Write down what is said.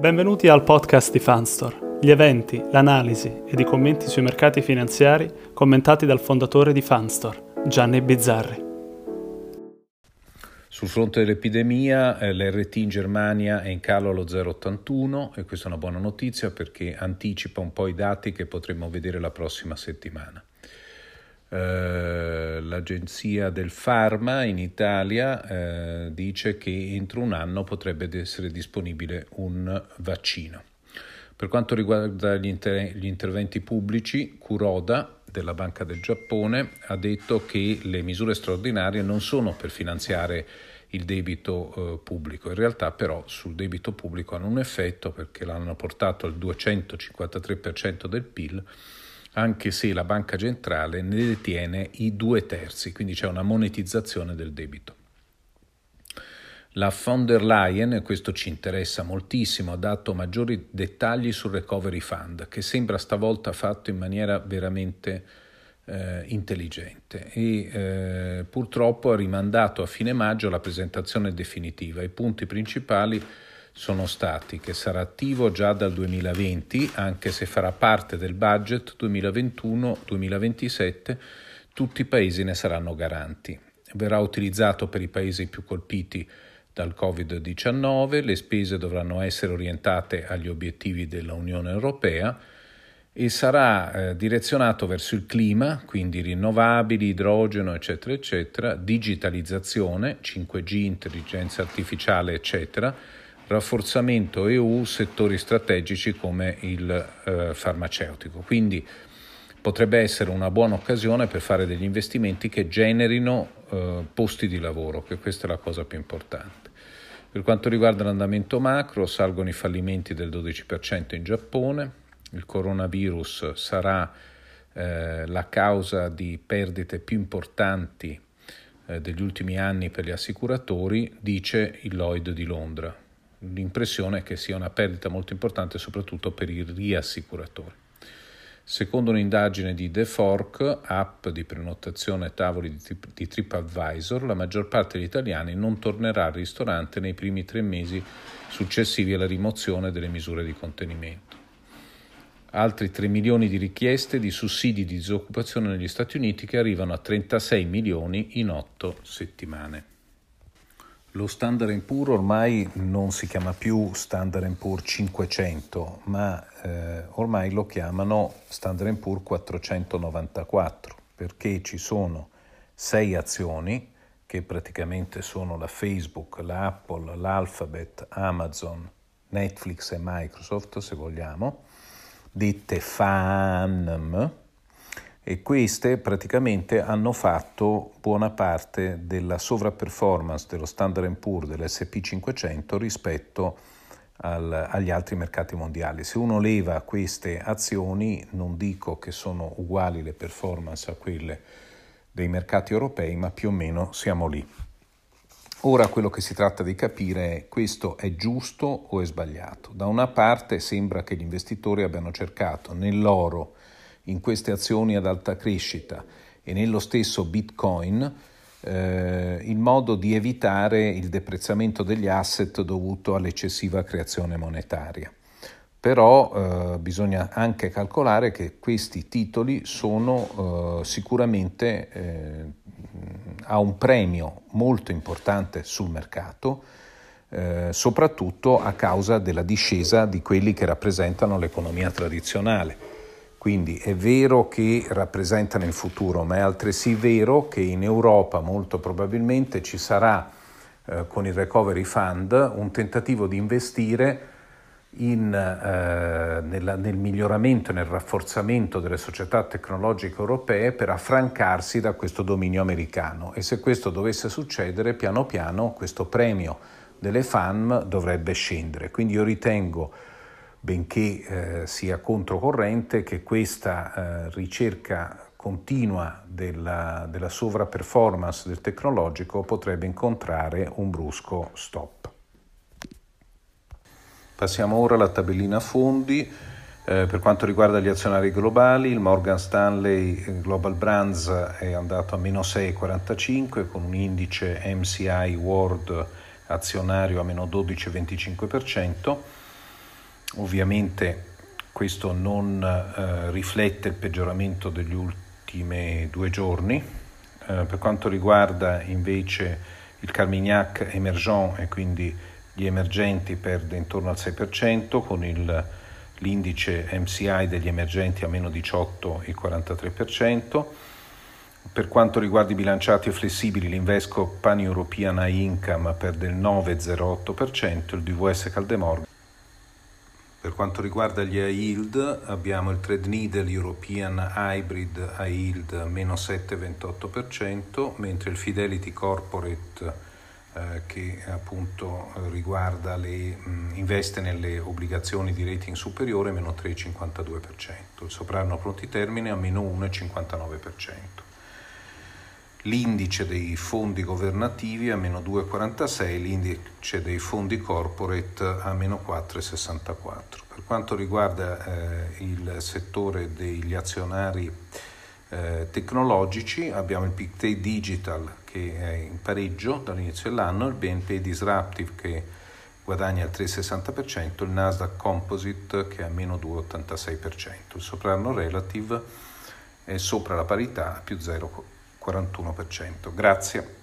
Benvenuti al podcast di Fanstore, gli eventi, l'analisi ed i commenti sui mercati finanziari commentati dal fondatore di Fanstore, Gianni Bizzarri. Sul fronte dell'epidemia, l'RT in Germania è in calo allo 0,81 e questa è una buona notizia perché anticipa un po' i dati che potremo vedere la prossima settimana. L'agenzia del Pharma in Italia dice che entro un anno potrebbe essere disponibile un vaccino. Per quanto riguarda gli interventi pubblici, Kuroda della Banca del Giappone ha detto che le misure straordinarie non sono per finanziare il debito pubblico. In realtà però sul debito pubblico hanno un effetto perché l'hanno portato al 253% del PIL, anche se la banca centrale ne detiene i 2/3, quindi c'è una monetizzazione del debito. La von der Leyen, e questo ci interessa moltissimo, ha dato maggiori dettagli sul Recovery Fund, che sembra stavolta fatto in maniera veramente intelligente e purtroppo ha rimandato a fine maggio la presentazione definitiva. I punti principali sono stati che sarà attivo già dal 2020, anche se farà parte del budget 2021-2027, tutti i paesi ne saranno garanti. Verrà utilizzato per i paesi più colpiti dal Covid-19, le spese dovranno essere orientate agli obiettivi dell'Unione Europea e sarà direzionato verso il clima, quindi rinnovabili, idrogeno, eccetera, eccetera, digitalizzazione, 5G, intelligenza artificiale, eccetera, rafforzamento EU, settori strategici come il farmaceutico. Quindi potrebbe essere una buona occasione per fare degli investimenti che generino posti di lavoro, che questa è la cosa più importante. Per quanto riguarda l'andamento macro, salgono i fallimenti del 12% in Giappone, il coronavirus sarà la causa di perdite più importanti degli ultimi anni per gli assicuratori, dice il Lloyd di Londra. L'impressione è che sia una perdita molto importante soprattutto per i riassicuratori. Secondo un'indagine di The Fork, app di prenotazione tavoli di TripAdvisor, la maggior parte degli italiani non tornerà al ristorante nei primi 3 mesi successivi alla rimozione delle misure di contenimento. Altri 3 milioni di richieste di sussidi di disoccupazione negli Stati Uniti che arrivano a 36 milioni in 8 settimane. Lo Standard & Poor's ormai non si chiama più Standard & Poor's 500, ma ormai lo chiamano Standard & Poor's 494, perché ci sono 6 azioni che praticamente sono la Facebook, la Apple, l'Alphabet, Amazon, Netflix e Microsoft, se vogliamo, dette FAANM, e queste praticamente hanno fatto buona parte della sovraperformance dello Standard & Poor's dell'S&P 500 rispetto agli altri mercati mondiali. Se uno leva queste azioni, non dico che sono uguali le performance a quelle dei mercati europei, ma più o meno siamo lì. Ora quello che si tratta di capire è: questo è giusto o è sbagliato? Da una parte sembra che gli investitori abbiano cercato nell'oro, in queste azioni ad alta crescita e nello stesso Bitcoin il modo di evitare il deprezzamento degli asset dovuto all'eccessiva creazione monetaria. Però bisogna anche calcolare che questi titoli sono sicuramente a un premio molto importante sul mercato, soprattutto a causa della discesa di quelli che rappresentano l'economia tradizionale. Quindi è vero che rappresentano il futuro, ma è altresì vero che in Europa molto probabilmente ci sarà con il Recovery Fund un tentativo di investire nel miglioramento e nel rafforzamento delle società tecnologiche europee per affrancarsi da questo dominio americano, e se questo dovesse succedere, piano piano questo premio delle FAANM dovrebbe scendere. Quindi io ritengo, benché sia controcorrente, che questa ricerca continua della sovraperformance del tecnologico potrebbe incontrare un brusco stop. Passiamo ora alla tabellina fondi. Per quanto riguarda gli azionari globali, il Morgan Stanley Global Brands è andato a meno 6,45 con un indice MSCI World azionario a meno 12,25%. Ovviamente questo non riflette il peggioramento degli ultimi 2 giorni. Per quanto riguarda invece il Carmignac emergent e quindi gli emergenti perde intorno al 6%, con l'indice MCI degli emergenti a meno 18,43%. Per quanto riguarda i bilanciati e flessibili, l'Invesco Pan European High Income perde il 9,08%, il DVS Kaldemorgen. Per quanto riguarda gli high yield, abbiamo il Threadneedle European Hybrid High Yield meno 7,28%, mentre il Fidelity Corporate che appunto investe nelle obbligazioni di rating superiore meno 3,52%, il soprano pronti termine a meno 1,59%. L'indice dei fondi governativi a meno 2,46, l'indice dei fondi corporate a meno 4,64. Per quanto riguarda il settore degli azionari tecnologici, abbiamo il Pictet Digital che è in pareggio dall'inizio dell'anno, il BNP Disruptive che guadagna il 3,60%, il Nasdaq Composite che è a meno 2,86%, il soprano relative è sopra la parità a più 0,41%. Grazie.